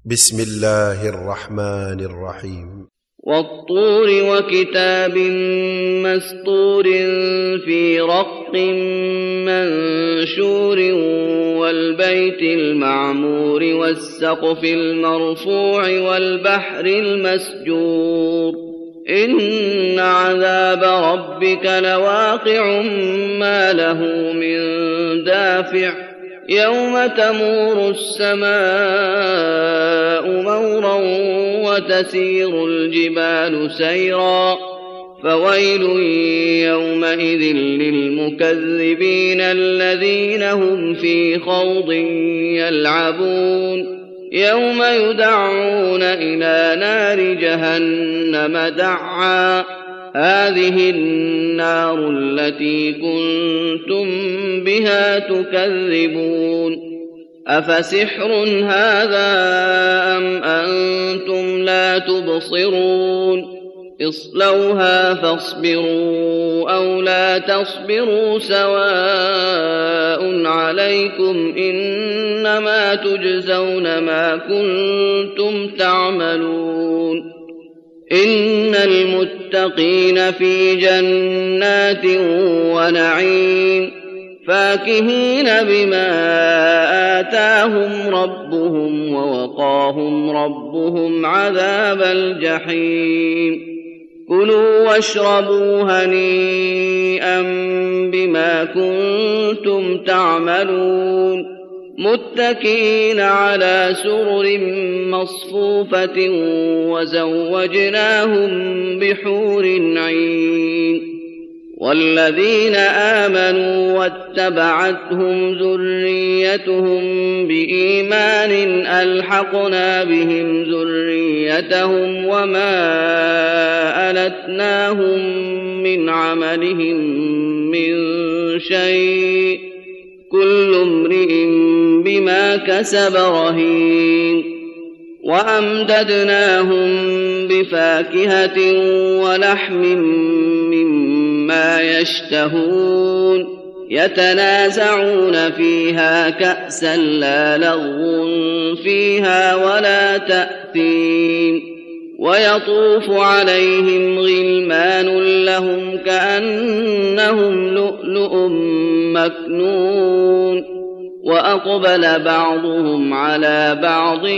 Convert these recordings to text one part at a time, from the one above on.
بسم الله الرحمن الرحيم والطور وكتاب مسطور في رق منشور والبيت المعمور والسقف المرفوع والبحر المسجور إن عذاب ربك لواقع ما له من دافع يوم تمور السماء مورا وتسير الجبال سيرا فويل يومئذ للمكذبين الذين هم في خوض يلعبون يوم يدعون إلى نار جهنم دعا هذه النار التي كنتم بها تكذبون أفسحر هذا أم أنتم لا تبصرون اصلوها فاصبروا أو لا تصبروا سواء عليكم إنما تجزون ما كنتم تعملون إن المتقين في جنات ونعيم فاكهين بما آتاهم ربهم ووقاهم ربهم عذاب الجحيم كلوا واشربوا هنيئا بما كنتم تعملون متكئين على سرر مصفوفة وزوجناهم بحور عين والذين آمنوا واتبعتهم ذريتهم بإيمان ألحقنا بهم ذريتهم وما ألتناهم من عملهم من شيء كل امرئ بما كسب رهين وأمددناهم بفاكهة ولحم مما يشتهون يتنازعون فيها كأسا لا لغو فيها ولا تأثيم ويطوف عليهم غلمان لهم كأنهم لؤلؤ مكنون وأقبل بعضهم على بعض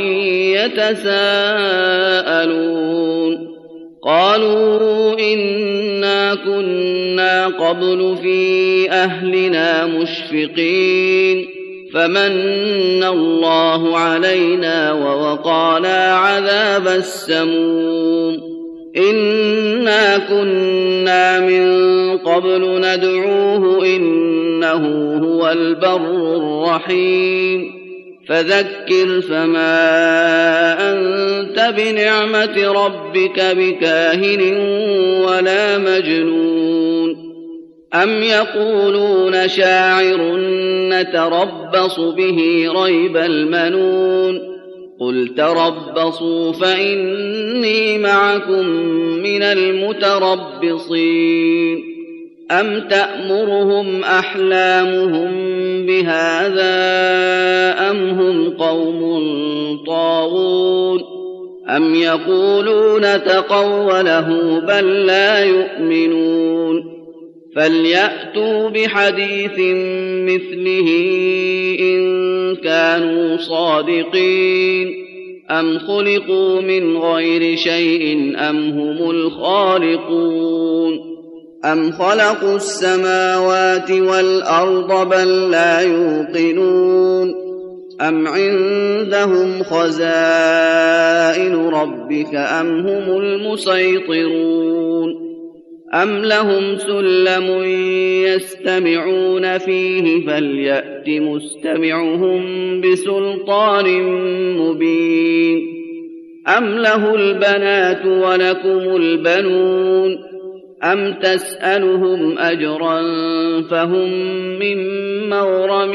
يتساءلون قالوا إنا كنا قبل في أهلنا مشفقين فمن الله علينا ووقانا عذاب السموم إنا كنا من قبل ندعوه إنه هو البر الرحيم فذكر فما أنت بنعمة ربك بكاهن ولا مجنون أم يقولون شاعر نتربص به ريب المنون قل تربصوا فإني معكم من المتربصين أم تأمرهم أحلامهم بهذا أم هم قوم طاغون أم يقولون تقوله بل لا يؤمنون فليأتوا بحديث مثله إن كانوا صادقين أم خلقوا من غير شيء أم هم الخالقون أم خلقوا السماوات والأرض بل لا يوقنون أم عندهم خزائن ربك أم هم المسيطرون أم لهم سلم يستمعون فيه فليأت مستمعهم بسلطان مبين أم له البنات ولكم البنون أم تسألهم أجرا فهم من مغرم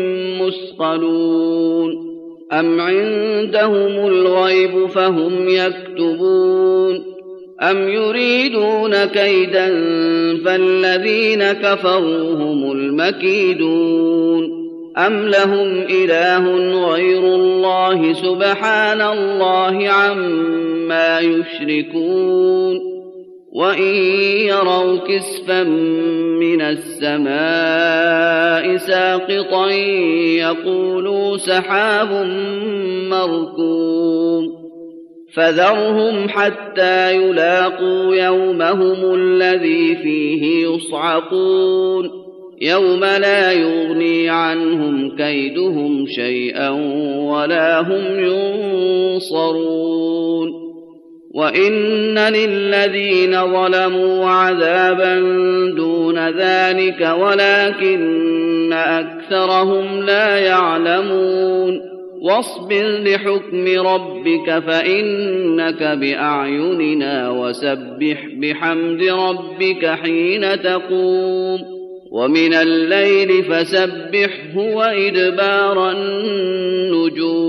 مثقلون أم عندهم الغيب فهم يكتبون أم يريدون كيدا فالذين كفروا هم المكيدون أم لهم إله غير الله سبحان الله عما يشركون وإن يروا كسفا من السماء ساقطا يقولوا سحاب مركوم فذرهم حتى يلاقوا يومهم الذي فيه يصعقون يوم لا يغني عنهم كيدهم شيئا ولا هم ينصرون وإن للذين ظلموا عذابا دون ذلك ولكن أكثرهم لا يعلمون واصبر لحكم ربك فإنك بأعيننا وسبح بحمد ربك حين تقوم ومن الليل فسبحه وإدبار النجوم